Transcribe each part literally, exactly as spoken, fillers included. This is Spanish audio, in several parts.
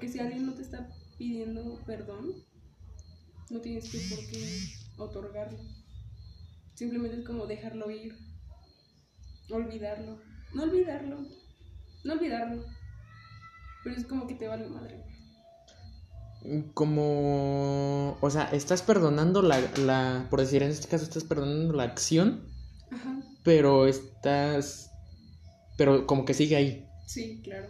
Porque si alguien no te está pidiendo perdón, no tienes que por qué otorgarlo. Simplemente es como dejarlo ir, olvidarlo. No olvidarlo, no olvidarlo. Pero es como que te vale madre. Como, o sea, estás perdonando la, la, por decir, en este caso estás perdonando la acción. Ajá. Pero estás, pero como que sigue ahí. Sí, claro.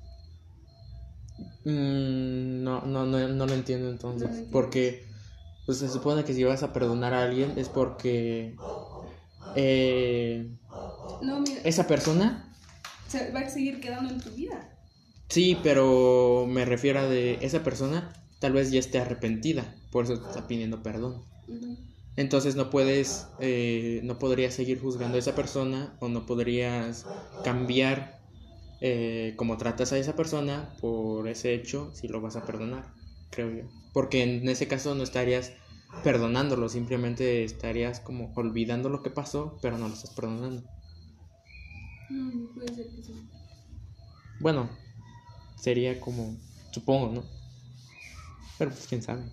Mm, no, no, no, no lo entiendo entonces. No lo porque pues, se supone que si vas a perdonar a alguien es porque eh, no, mira, esa persona se va a seguir quedando en tu vida. Sí, pero me refiero a de esa persona tal vez ya esté arrepentida, por eso te está pidiendo perdón. Uh-huh. Entonces no puedes, eh, no podrías seguir juzgando a esa persona o no podrías cambiar eh, cómo tratas a esa persona por ese hecho si lo vas a perdonar, creo yo. Porque en ese caso no estarías perdonándolo, simplemente estarías como olvidando lo que pasó, pero no lo estás perdonando. Mm, puede ser que sí. Bueno, sería como, supongo, ¿no? Pero pues quién sabe.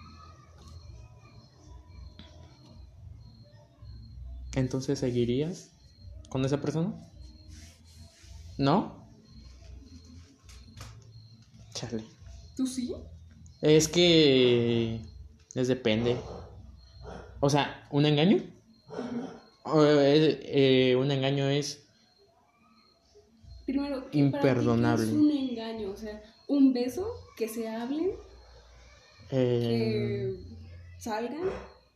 Entonces, ¿seguirías con esa persona? ¿No? Chale. ¿Tú sí? Es que es depende. O sea, ¿un engaño? Uh-huh. Eh, eh, un engaño es Primero, imperdonable. ¿Para ti qué es un engaño? O sea, un beso, que se hablen, eh... que salgan.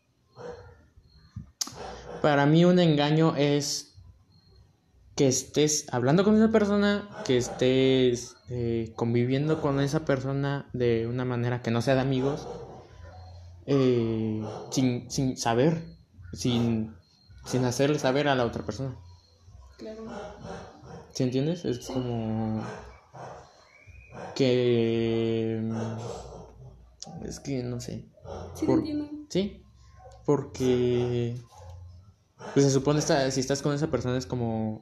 Para mí un engaño es que estés hablando con esa persona, que estés eh, conviviendo con esa persona de una manera que no sea de amigos, eh, sin, sin saber, sin, sin hacerle saber a la otra persona. Claro. ¿Sí entiendes? Es sí. Como que es que no sé. Sí, Por... te entiendo. Sí, porque pues se supone esta, si estás con esa persona es como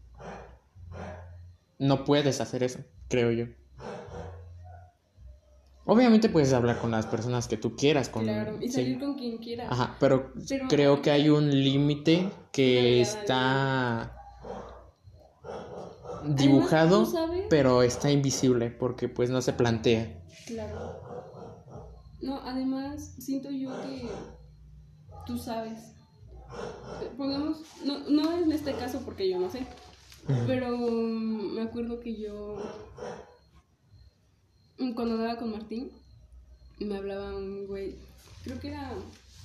no puedes hacer eso, creo yo. Obviamente puedes hablar con las personas que tú quieras, con claro, y salir sí. con quien quieras. Ajá, pero, pero creo que hay un límite que está dibujado, además, pero está invisible porque pues no se plantea. Claro. No, además siento yo que tú sabes. Pongamos, no, no en este caso porque yo no sé, uh-huh. pero um, me acuerdo que yo cuando andaba con Martín me hablaba un güey, creo que era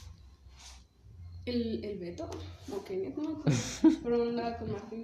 el, el Beto o Kenneth, no me acuerdo, pero andaba con Martín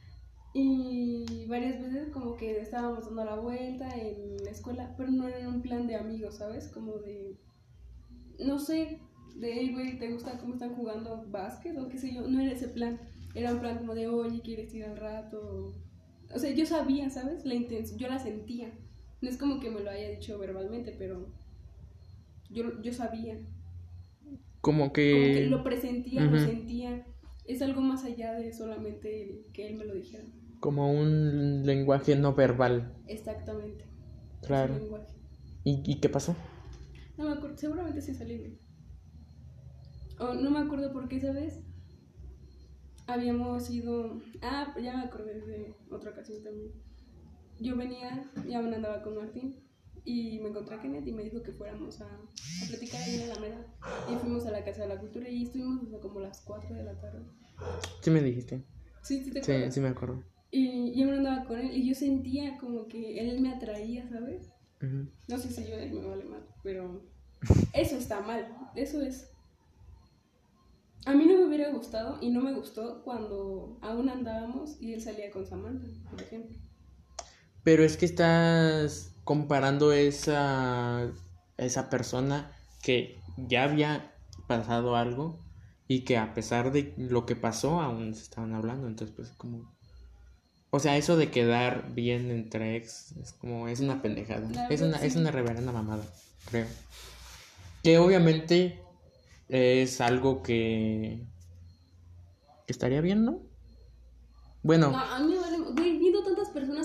y varias veces como que estábamos dando la vuelta en la escuela, pero no era un plan de amigos, ¿sabes? Como de, no sé, de, hey, güey, ¿te gusta cómo están jugando básquet o qué sé yo? No era ese plan, era un plan como de, oye, ¿quieres ir al rato? O sea, yo sabía, ¿sabes? La intención, yo la sentía. No es como que me lo haya dicho verbalmente, pero yo, yo sabía. Como que... Como que lo presentía, uh-huh. lo sentía. Es algo más allá de solamente que él me lo dijera. Como un lenguaje no verbal. Exactamente. Claro. Ese lenguaje. ¿Y, ¿Y qué pasó? No me acuerdo, seguramente sí salí bien. O no me acuerdo por qué esa vez habíamos ido... Ah, ya me acordé de otra ocasión también. Yo venía, ya me andaba con Martín y me encontré a Kenneth y me dijo que fuéramos a, a platicar ahí en la Alameda. Y fuimos a la Casa de la Cultura y estuvimos hasta como las cuatro de la tarde. Sí me dijiste. Sí, sí te acuerdas. Sí, sí me acuerdo. Y yo me andaba con él y yo sentía como que él me atraía, ¿sabes? Uh-huh. No sé si yo de él me vale mal, pero eso está mal, eso es... A mí no me hubiera gustado y no me gustó cuando aún andábamos y él salía con Samantha, por ejemplo. Pero es que estás comparando esa, esa persona que ya había pasado algo y que a pesar de lo que pasó aún se estaban hablando, entonces pues como... O sea, eso de quedar bien entre ex es como, es una pendejada, claro, es una, sí. es una reverenda mamada, creo. Que obviamente es algo que, que estaría bien, ¿no? Bueno. No, a mí me vale, güey, viendo tantas personas en el mundo,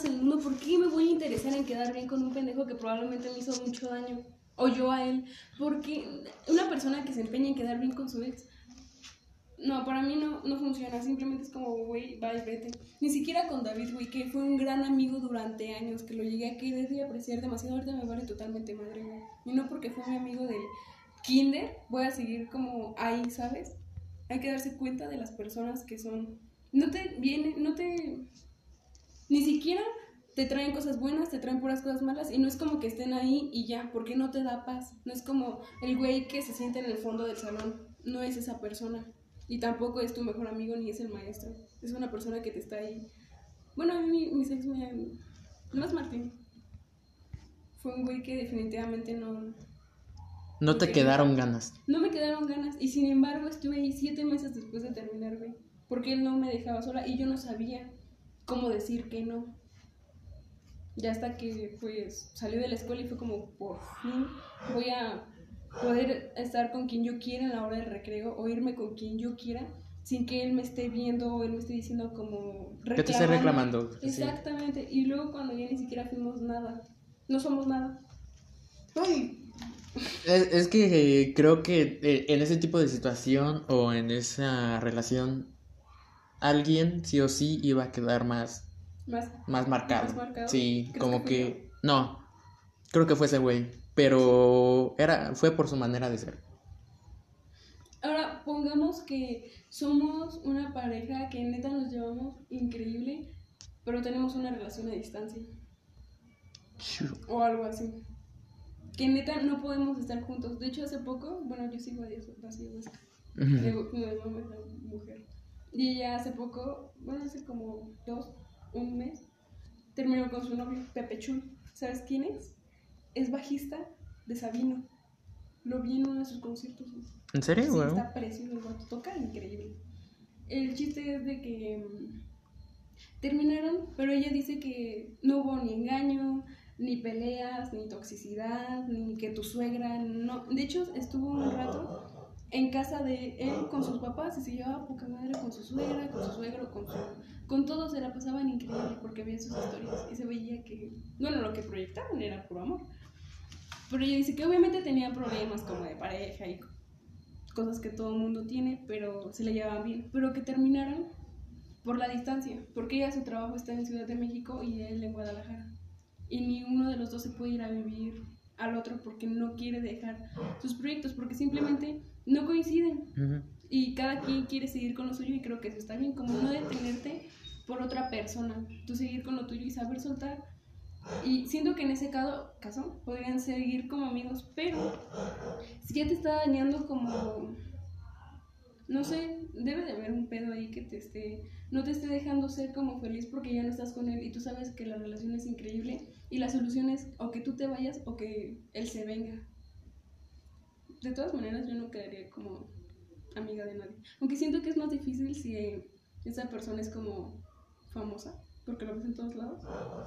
¿por qué me voy a interesar en quedar bien con un pendejo que probablemente me hizo mucho daño? O yo a él. Porque una persona que se empeña en quedar bien con su ex, no, para mí no, no funciona. Simplemente es como, güey, bye, vete. Ni siquiera con David, güey, que fue un gran amigo durante años, que lo llegué a querer y apreciar demasiado. Ahorita me vale totalmente madre, güey. Y no porque fue mi amigo del kinder, voy a seguir como ahí, ¿sabes? Hay que darse cuenta de las personas que son... No te vienen, no te... Ni siquiera te traen cosas buenas, te traen puras cosas malas. Y no es como que estén ahí y ya, porque no te da paz. No es como el güey que se siente en el fondo del salón. No es esa persona. Y tampoco es tu mejor amigo ni es el maestro. Es una persona que te está ahí. Bueno, a mí mis ex me... Más Martín. Fue un güey que definitivamente no... No te quedaron ganas. No me quedaron ganas. Y sin embargo estuve ahí siete meses después de terminar, güey. Porque él no me dejaba sola y yo no sabía cómo decir que no. Ya hasta que pues salió de la escuela y fue como, por fin voy a poder estar con quien yo quiera en la hora del recreo o irme con quien yo quiera sin que él me esté viendo o él me esté diciendo como reclamando. Que te esté reclamando. Exactamente. Sí. Y luego cuando ya ni siquiera fuimos nada. No somos nada. Ay. Es, es que eh, creo que eh, en ese tipo de situación o en esa relación alguien sí o sí iba a quedar más más, más marcado. ¿Más marcado? Sí, como que, que no, creo que fue ese güey, pero era fue por su manera de ser. Ahora pongamos que somos una pareja que neta nos llevamos increíble, pero tenemos una relación a distancia. Sure. O algo así. Que neta no podemos estar juntos. De hecho, hace poco, bueno, yo sigo a Dios, así es. Uh-huh. Mi mamá es una mujer. Y ella hace poco, bueno, hace como dos, un mes, terminó con su novio, Pepe Chul. ¿Sabes quién es? Es bajista de Sabino. Lo vi en uno de sus conciertos. ¿En serio? Sí, bueno. Está precioso, el vato toca increíble. El chiste es de que um, terminaron, pero ella dice que no hubo ni engaño, ni peleas, ni toxicidad, ni que tu suegra, no. De hecho, estuvo un rato en casa de él con sus papás y se llevaba poca madre con su suegra, con su suegro, con su... Con todos se la pasaban increíble porque veía sus historias y se veía que, bueno, lo que proyectaban era puro amor. Pero ella dice que obviamente tenía problemas como de pareja y cosas que todo el mundo tiene, pero se le llevaban bien. Pero que terminaron por la distancia, porque ella su trabajo está en Ciudad de México y él en Guadalajara. Y ni uno de los dos se puede ir a vivir al otro porque no quiere dejar sus proyectos, porque simplemente no coinciden. Uh-huh. Y cada quien quiere seguir con lo suyo y creo que eso está bien, como no detenerte por otra persona, tú seguir con lo tuyo y saber soltar. Y siento que en ese caso, caso podrían seguir como amigos, pero si ya te está dañando como, no sé, debe de haber un pedo ahí que te esté, no te esté dejando ser como feliz porque ya no estás con él y tú sabes que la relación es increíble y la solución es o que tú te vayas o que él se venga. De todas maneras yo no quedaría como amiga de nadie, aunque siento que es más difícil si esa persona es como famosa porque lo ves en todos lados.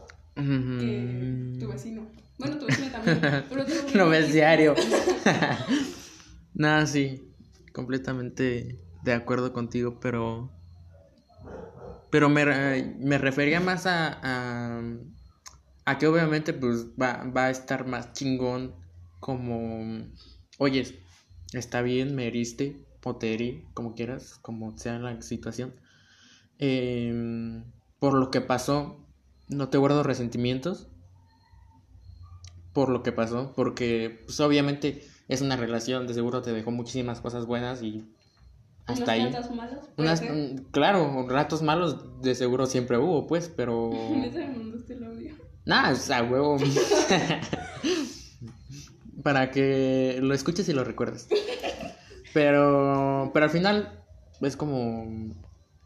Que tu vecino. Bueno, tu vecino también. Pero tu lo ves diario. Nada, sí. Completamente de acuerdo contigo, pero. Pero me, me refería más a, a. A que obviamente, pues va, va a estar más chingón. Como. Oyes, está bien, me heriste. O te herí, como quieras, como sea la situación. Eh, por lo que pasó. No te guardo resentimientos por lo que pasó, porque pues obviamente es una relación, de seguro te dejó muchísimas cosas buenas y hasta ahí. ¿Unos ratos malos? Unas, claro, ratos malos de seguro siempre hubo, pues, pero... ¿Me mandaste el audio? Nah, o sea, huevo. Para que lo escuches y lo recuerdes. Pero, pero al final es como...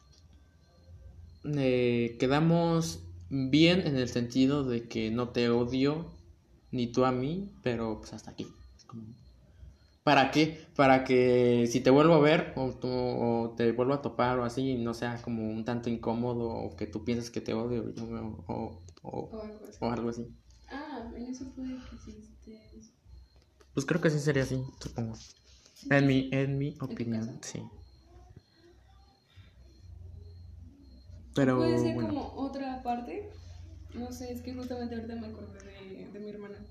Eh, quedamos... bien en el sentido de que no te odio ni tú a mí, pero pues hasta aquí. ¿Para qué? Para que si te vuelvo a ver o, tú, o te vuelvo a topar o así, no sea como un tanto incómodo o que tú piensas que te odio yo, o, o, o, algo así. o algo así. Ah, en eso puede que hiciste eso. Pues creo que sí sería así, supongo. Sí. En mi, en mi opinión, ¿En sí. Pero puede ser bueno. como otra parte No sé, es que justamente ahorita me acordé de, de mi hermana.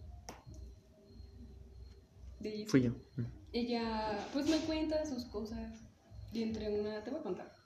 De ella. Fui yo. Ella, pues me cuenta sus cosas. Y entre una, te voy a contar.